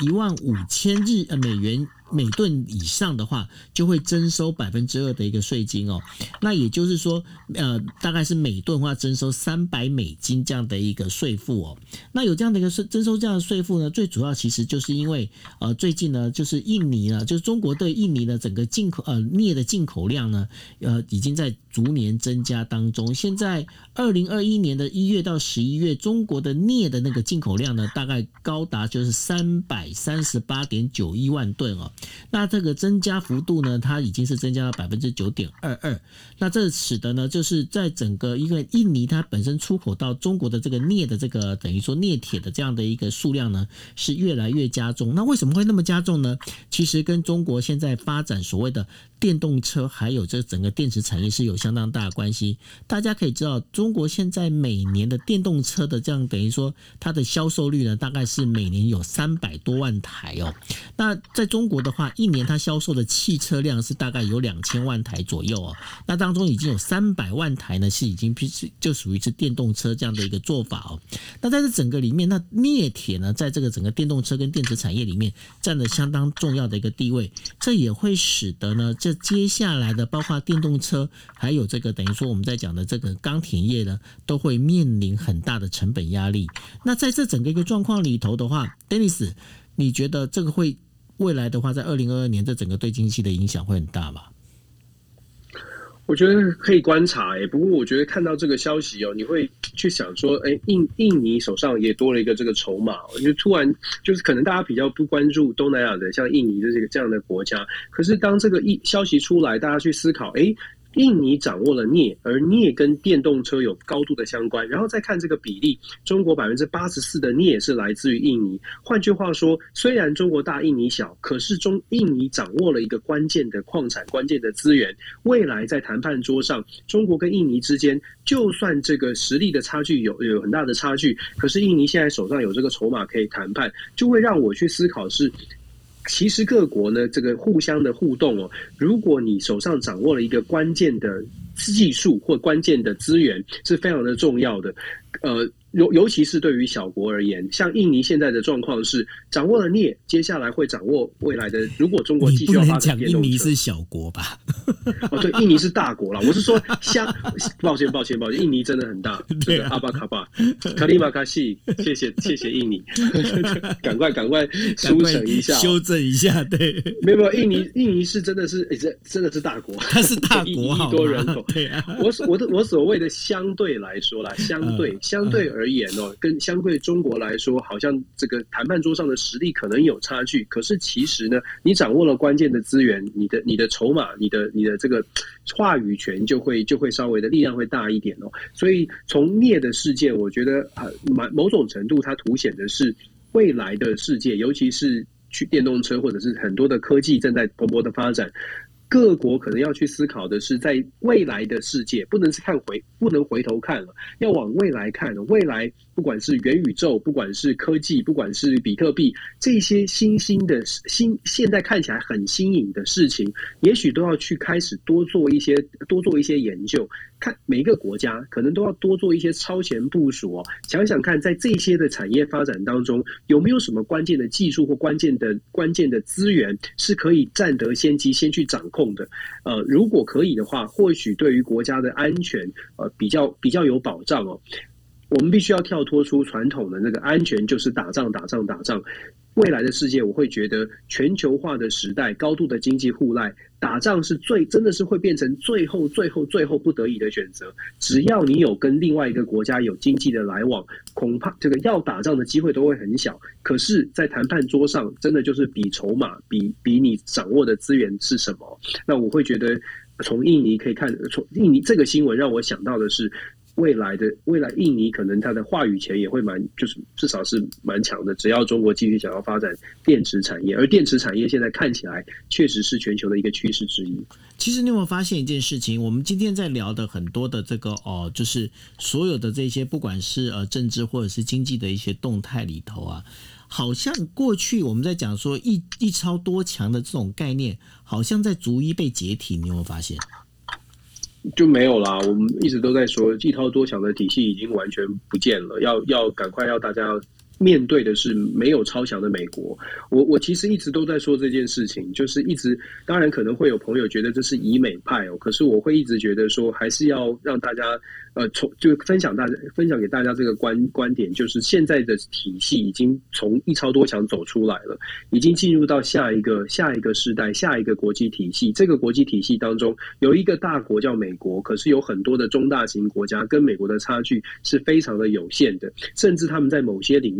15000美元每吨以上的话，就会征收2%的一个税金哦。那也就是说，大概是每吨会征收$300这样的一个税负哦。那有这样的一个征收这样的税负呢，最主要其实就是因为最近呢，就是印尼呢，就是中国对印尼的整个镍的进口量呢，已经在逐年增加当中。现在2021年的1月到11月，中国的镍的那个进口量呢，大概高达就是338.91万吨哦。 那这个增加幅度呢，它已经是增加到 9.22%。那这使得呢，就是在整个因为印尼它本身出口到中国的这个镍的这个等于说镍铁的这样的一个数量呢，是越来越加重。那为什么会那么加重呢？其实跟中国现在发展所谓的电动车还有这整个电池产业是有相当大的关系。大家可以知道，中国现在每年的电动车的这样等于说它的销售率呢，大概是每年有300多万台哦。那在中国的话，一年它销售的汽车量是大概有2000万台左右哦。那当中已经有300万台呢是已经就属于是电动车这样的一个做法哦。那在这整个里面，那镍铁呢，在这个整个电动车跟电池产业里面占了相当重要的一个地位，这也会使得呢，这接下来的包括电动车，还有这个等于说我们在讲的这个钢铁业呢，都会面临很大的成本压力。那在这整个一个状况里头的话 ，Dennis， 你觉得这个会未来的话，在2022年这整个对经济的影响会很大吗？ 我觉得可以观察不过我觉得看到这个消息你会去想说，印尼手上也多了一个这个筹码，就突然就是可能大家比较不关注东南亚的像印尼的这样的国家，可是当这个消息出来，大家去思考，印尼掌握了镍，而镍跟电动车有高度的相关，然后再看这个比例，中国84%的镍是来自于印尼。换句话说，虽然中国大印尼小，可是印尼掌握了一个关键的矿产、关键的资源。未来在谈判桌上，中国跟印尼之间，就算这个实力的差距有很大的差距，可是印尼现在手上有这个筹码可以谈判，就会让我去思考是。其实各国呢，这个互相的互动如果你手上掌握了一个关键的技术或关键的资源，是非常的重要的。尤其是对于小国而言，像印尼现在的状况是掌握了镍，接下来会掌握未来的。如果中国继续要发展电动车， 你不能讲印尼是小国吧？ 对，印尼是大国啦。我是说抱歉，印尼真的很大。这个阿巴卡巴、卡利马卡西，谢谢印尼，赶快书成一下， 修正一下。对， 没有，印尼是真的是大国， 它是大国 ，1亿多人口。 对啊， 我所谓的相对来说啦，相对而言跟相对中国来说，好像这个谈判桌上的实力可能有差距。可是其实呢，你掌握了关键的资源，你的筹码，你的这个话语权就会稍微的力量会大一点所以从镍的事件，我觉得某种程度它凸显的是未来的世界，尤其是去电动车或者是很多的科技正在蓬勃的发展。各国可能要去思考的是，在未来的世界，不能回头看了，要往未来看。未来不管是元宇宙，不管是科技，不管是比特币，这些新现在看起来很新颖的事情，也许都要去开始多做一些研究。看每一个国家可能都要多做一些超前部署想想看，在这些的产业发展当中，有没有什么关键的技术或关键的资源是可以占得先机，先去掌控的。如果可以的话，或许对于国家的安全比较有保障我们必须要跳脱出传统的那个安全就是打仗。未来的世界，我会觉得全球化的时代，高度的经济互赖，打仗是真的是会变成最后不得已的选择。只要你有跟另外一个国家有经济的来往，恐怕这个要打仗的机会都会很小。可是，在谈判桌上，真的就是比筹码，比你掌握的资源是什么。那我会觉得，从印尼可以看，从印尼这个新闻让我想到的是。未来印尼可能它的话语权也会就是至少是蛮强的，只要中国继续想要发展电池产业，而电池产业现在看起来确实是全球的一个趋势之一。 其实你有没有发现一件事情？我们今天在聊的很多的这个就是所有的这些不管是政治或者是经济的一些动态里头啊，好像过去我们在讲说一超多强的这种概念，好像在逐一被解体。你有没有发现？ 就没有啦，我们一直都在说一超多强的体系已经完全不见了，要赶快要大家面对的是没有超强的美国。我其实一直都在说这件事情，就是当然可能会有朋友觉得这是以美派可是我会一直觉得说还是要让大家就分享给大家这个观点，就是现在的体系已经从一超多强走出来了，已经进入到下一个世代，下一个国际体系。这个国际体系当中有一个大国叫美国，可是有很多的中大型国家跟美国的差距是非常的有限的，甚至他们在某些领域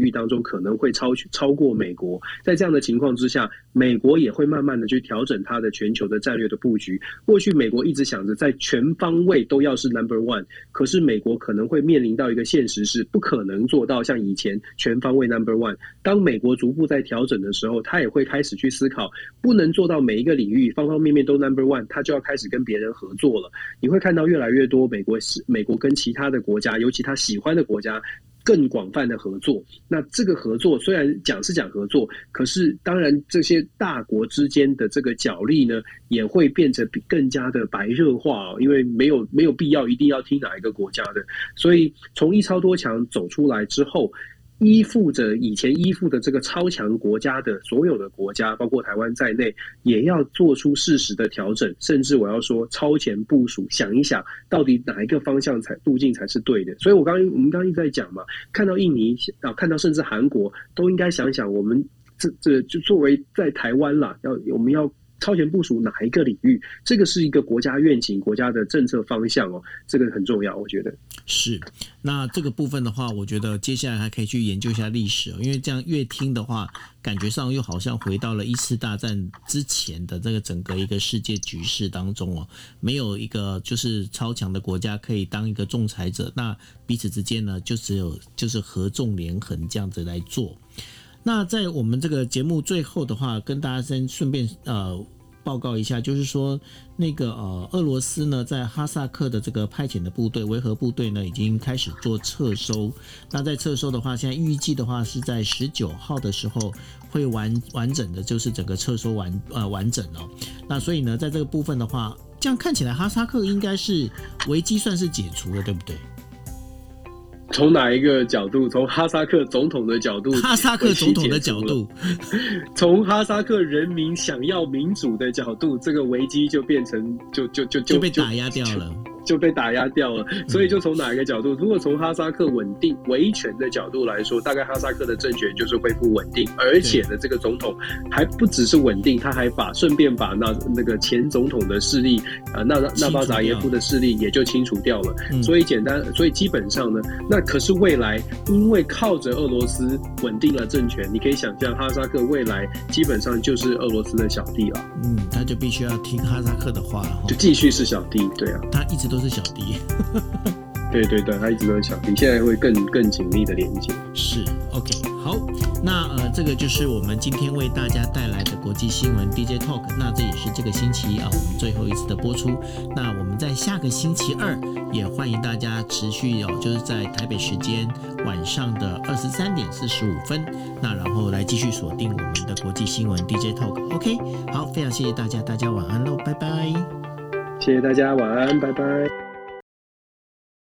域当中可能会超过美国。在这样的情况之下，美国也会慢慢的去调整它的全球的战略的布局。过去美国一直想着在全方位都要是 number one， 可是美国可能会面临到一个现实是不可能做到像以前全方位 number one。当美国逐步在调整的时候，他也会开始去思考，不能做到每一个领域方方面面都 number one， 他就要开始跟别人合作了。你会看到越来越多美国跟其他的国家，尤其他喜欢的国家更广泛的合作。那这个合作虽然讲合作，可是当然这些大国之间的这个角力呢，也会变成更加的白热化因为没有必要一定要听哪一个国家的。所以从一超多强走出来之后，以前依附的这个超强国家的所有的国家，包括台湾在内，也要做出适时的调整，甚至我要说超前部署，想一想到底哪一个方向路径才是对的。所以我们刚一直在讲嘛，看到印尼看到甚至韩国，都应该想想我们这就作为在台湾啦，我们要超前部署哪一个领域，这个是一个国家愿景、国家的政策方向这个很重要，我觉得是。那这个部分的话，我觉得接下来还可以去研究一下历史因为这样越听的话，感觉上又好像回到了一次大战之前的这个整个一个世界局势当中没有一个就是超强的国家可以当一个仲裁者，那彼此之间呢，就只有就是合纵连横这样子来做。那在我们这个节目最后的话，跟大家先顺便报告一下，就是说那个俄罗斯呢，在哈萨克的这个派遣的部队维和部队呢，已经开始做撤收。那在撤收的话，现在预计的话是在19号的时候会完整的，就是整个撤收完整那所以呢，在这个部分的话，这样看起来哈萨克应该是危机算是解除了，对不对？ 从哪一个角度？从哈萨克总统的角度，从哈萨克人民想要民主的角度，这个危机就变成就被打压掉了。 就被打压掉了。所以就从哪一个角度，如果从哈萨克稳定维权的角度来说，大概哈萨克的政权就是恢复稳定，而且呢，这个总统还不只是稳定，他还顺便把那个前总统的势力纳巴扎耶夫的势力也就清除掉了。所以基本上呢，那可是未来因为靠着俄罗斯稳定了政权，你可以想象哈萨克未来基本上就是俄罗斯的小弟了。 他就必须要听哈萨克的话了， 就继续是小弟。对啊， 他一直都是小弟。 对对对，他一直都是小弟，现在会更紧密的连接。 是 OK， 好，那这个就是我们今天为大家带来的国际新闻 DJ Talk， 那这也是这个星期我们最后一次的播出。那我们在下个星期二也欢迎大家持续就是在台北时间晚上的23:45，那然后来继续锁定我们的国际新闻 DJ Talk。 OK， 好，非常谢谢大家，大家晚安喽，拜拜。 谢谢大家，晚安，拜拜。